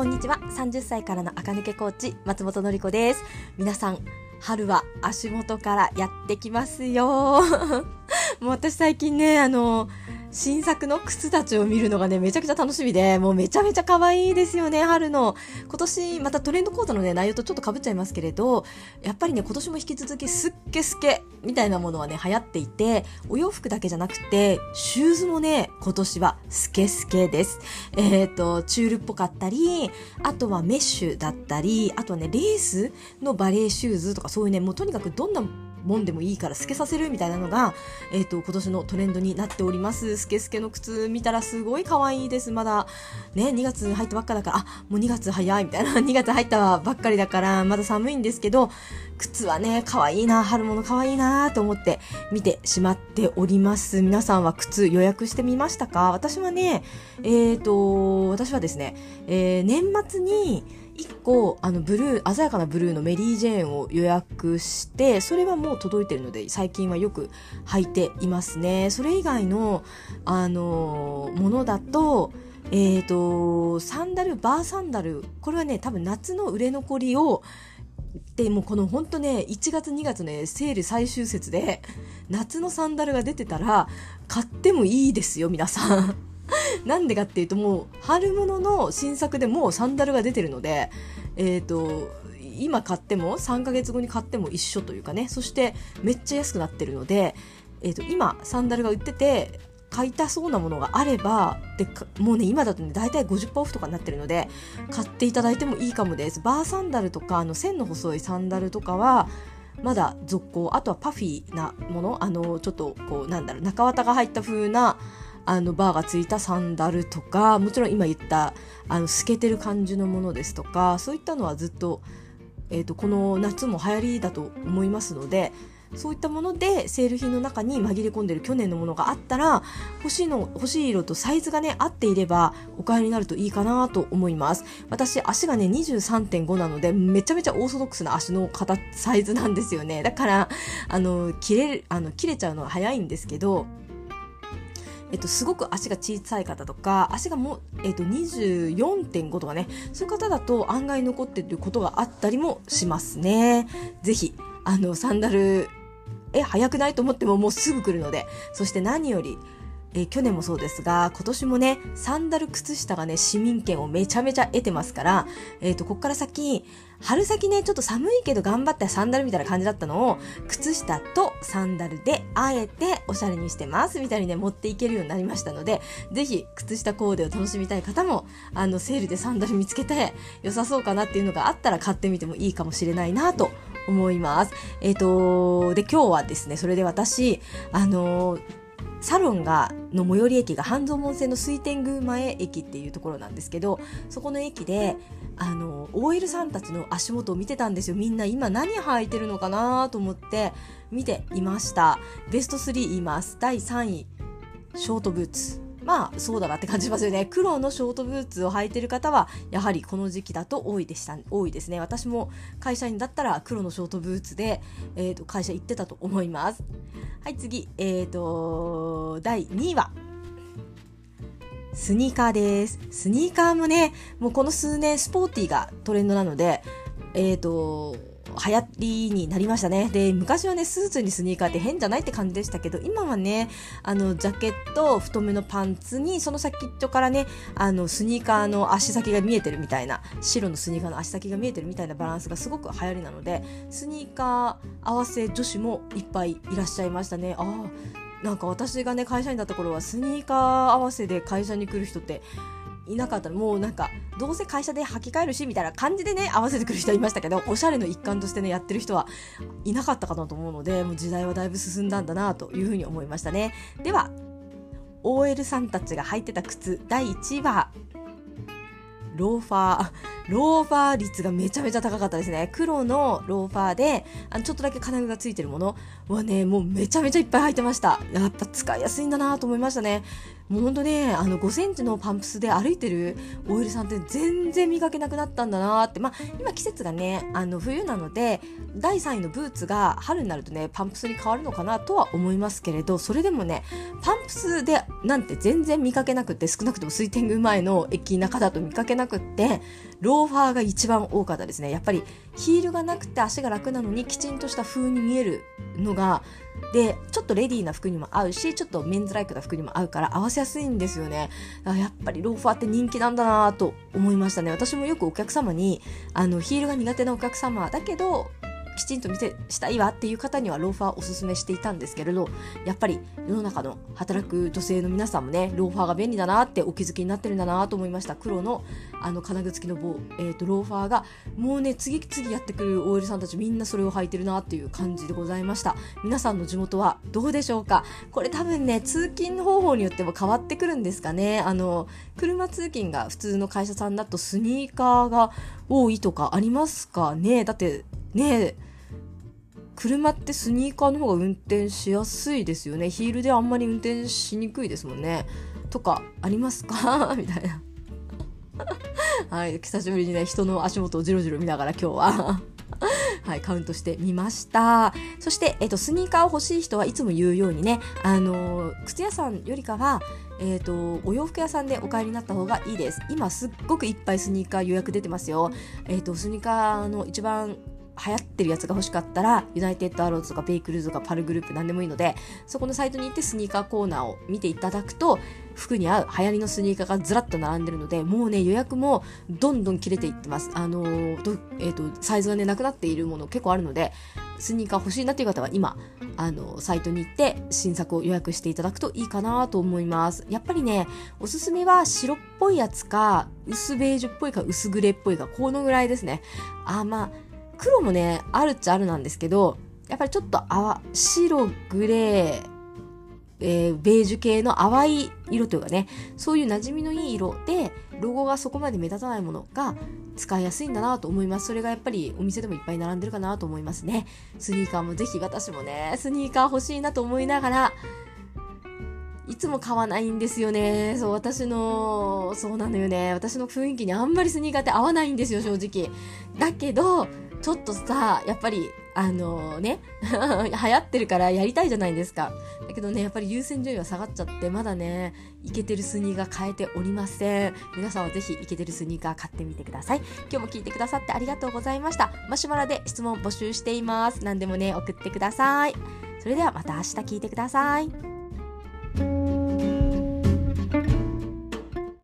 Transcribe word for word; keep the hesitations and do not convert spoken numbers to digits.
こんにちは。さんじゅっさいからの赤抜けコーチ松本のり子です。皆さん、春は足元からやってきますよ。もう私最近ね、あの新作の靴たちを見るのがねめちゃくちゃ楽しみで、もうめちゃめちゃ可愛いですよね。春の今年またトレンド講座のね内容とちょっと被っちゃいますけれど、やっぱりね今年も引き続きスッケスケみたいなものはね流行っていて、お洋服だけじゃなくてシューズもね今年はスケスケです。えっとチュールっぽかったり、あとはメッシュだったり、あとはねレースのバレーシューズとか、そういうねもうとにかくどんなもんでもいいから透けさせるみたいなのが、えーと、今年のトレンドになっております。スケスケの靴見たらすごい可愛いです。まだねにがつ入ったばっかだから、あもうにがつ早いみたいなにがつ入ったばっかりだからまだ寒いんですけど、靴はね可愛いな、春物可愛いなと思って見てしまっております。皆さんは靴予約してみましたか？私はねえーと私はですね、えー、年末にいっこあのブルー鮮やかなブルーのメリージェーンを予約して、それはもう届いているので最近はよく履いていますね。それ以外のあのものだとえーとサンダル、バーサンダル、これはね多分夏の売れ残りをで、もうこの本当ねいちがつにがつねセール最終節で夏のサンダルが出てたら買ってもいいですよ皆さん。なんでかっていうと、もう春物の新作でもうサンダルが出てるので、えーと今買ってもさんかげつごに買っても一緒というかね、そしてめっちゃ安くなってるので、えーと今サンダルが売ってて買いたそうなものがあればで、もうね今だとねだいたい ごじゅっパーセント オフとかになってるので買っていただいてもいいかもです。バーサンダルとかあの線の細いサンダルとかはまだ続行。あとはパフィーなもの、あのちょっとこうなんだろう中綿が入った風なあのバーがついたサンダルとか、もちろん今言ったあの透けてる感じのものですとか、そういったのはずっと、えーと、この夏も流行りだと思いますので、そういったものでセール品の中に紛れ込んでる去年のものがあったら、欲しいの欲しい色とサイズがね合っていればお買いになるといいかなと思います。私足がね にじゅうさんてんご なのでめちゃめちゃオーソドックスな足の形サイズなんですよね。だからあの切れるあの切れちゃうのが早いんですけど、えっと、すごく足が小さい方とか足がもう、えっと、にじゅうよんてんごとかね、そういう方だと案外残っていることがあったりもしますね。ぜひあのサンダルえ早くないと思ってももうすぐ来るので、そして何よりえ去年もそうですが今年もねサンダル靴下がね市民権をめちゃめちゃ得てますから、えっとこっから先春先ねちょっと寒いけど頑張ってサンダルみたいな感じだったのを靴下とサンダルであえておしゃれにしてますみたいにね持っていけるようになりましたので、ぜひ靴下コーデを楽しみたい方もあのセールでサンダル見つけて良さそうかなっていうのがあったら買ってみてもいいかもしれないなと思います。えっとで今日はですね、それで私あのサロンがの最寄り駅が半蔵門線の水天宮前駅っていうところなんですけど、そこの駅であの オーエル さんたちの足元を見てたんですよ。みんな今何履いてるのかなと思って見ていました。ベストスリー言います。だいさんいショートブーツ、まあそうだなって感じますよね。黒のショートブーツを履いてる方はやはりこの時期だと多いでした多いですね。私も会社員だったら黒のショートブーツで、えーと会社行ってたと思います。はい次、えーとだいにいはスニーカーです。スニーカーもねもうこの数年スポーティーがトレンドなので、えーと流行りになりましたね。で昔はねスーツにスニーカーって変じゃないって感じでしたけど、今はねあのジャケット太めのパンツにその先っちょからねあのスニーカーの足先が見えてるみたいな、白のスニーカーの足先が見えてるみたいなバランスがすごく流行りなので、スニーカー合わせ女子もいっぱいいらっしゃいましたね。あーなんか私がね会社員だった頃はスニーカー合わせで会社に来る人っていなかったの。もうなんかどうせ会社で履き替えるしみたいな感じでね合わせてくる人はいましたけど、おしゃれの一環としてねやってる人はいなかったかなと思うので、もう時代はだいぶ進んだんだなというふうに思いましたね。では オーエル さんたちが履いてた靴だいいちいはローファーローファー率がめちゃめちゃ高かったですね。黒のローファーであのちょっとだけ金具がついてるものはねもうめちゃめちゃいっぱい履いてました。やっぱ使いやすいんだなと思いましたね。もうほんとねあのごセンチのパンプスで歩いてる オーエル さんって全然見かけなくなったんだなって。まあ今季節がねあの冬なのでだいさんいのブーツが春になるとねパンプスに変わるのかなとは思いますけれど、それでもねパンプスでなんて全然見かけなくって、少なくとも水天宮前の駅中だと見かけなくって、 ローファーが一番多かったですね。やっぱりヒールがなくて足が楽なのにきちんとした風に見えるのが、でちょっとレディーな服にも合うし、ちょっとメンズライクな服にも合うから合わせやすいんですよね。だからやっぱりローファーって人気なんだなと思いましたね。私もよくお客様に、あのヒールが苦手なお客様だけどきちんと見せしたいわっていう方にはローファーおすすめしていたんですけれど、やっぱり世の中の働く女性の皆さんもね、ローファーが便利だなってお気づきになってるんだなと思いました。黒のあの金具付きの棒、えーと、ローファーがもうね次々やってくる オーエル さんたちみんなそれを履いてるなっていう感じでございました。皆さんの地元はどうでしょうか。これ多分ね通勤方法によっても変わってくるんですかね。あの車通勤が普通の会社さんだとスニーカーが多いとかありますかね。だってね、車ってスニーカーの方が運転しやすいですよね。ヒールであんまり運転しにくいですもんね。とかありますかみたいなはい、久しぶりにね人の足元をじろじろ見ながら今日ははい、カウントしてみました。そして、えっと、スニーカーを欲しい人はいつも言うようにね、あの靴屋さんよりかは、えっと、お洋服屋さんでお買いになった方がいいです。今すっごくいっぱいスニーカー予約出てますよ。えっと、スニーカーの一番流行ってるやつが欲しかったらユナイテッドアローズとかベイクルーズとかパルグループなんでもいいので、そこのサイトに行ってスニーカーコーナーを見ていただくと服に合う流行りのスニーカーがずらっと並んでるので、もうね予約もどんどん切れていってます。あのーえー、とサイズがねなくなっているもの結構あるので、スニーカー欲しいなという方は今あのサイトに行って新作を予約していただくといいかなと思います。やっぱりねおすすめは白っぽいやつか薄ベージュっぽいか薄グレーっぽいか、このぐらいですね。あまあ黒もねあるっちゃあるなんですけど、やっぱりちょっと淡白グレー、えー、ベージュ系の淡い色というかね、そういう馴染みのいい色でロゴがそこまで目立たないものが使いやすいんだなと思います。それがやっぱりお店でもいっぱい並んでるかなと思いますね。スニーカーもぜひ、私もねスニーカー欲しいなと思いながらいつも買わないんですよね。そう、私のそうなのよね、私の雰囲気にあんまりスニーカーって合わないんですよ正直。だけどちょっとさ、やっぱりあのね流行ってるからやりたいじゃないですか。だけどねやっぱり優先順位は下がっちゃって、まだねイケてるスニーカー買えておりません。皆さんはぜひイケてるスニーカー買ってみてください。今日も聞いてくださってありがとうございました。マシュマロで質問募集しています。何でもね送ってください。それではまた明日聞いてください。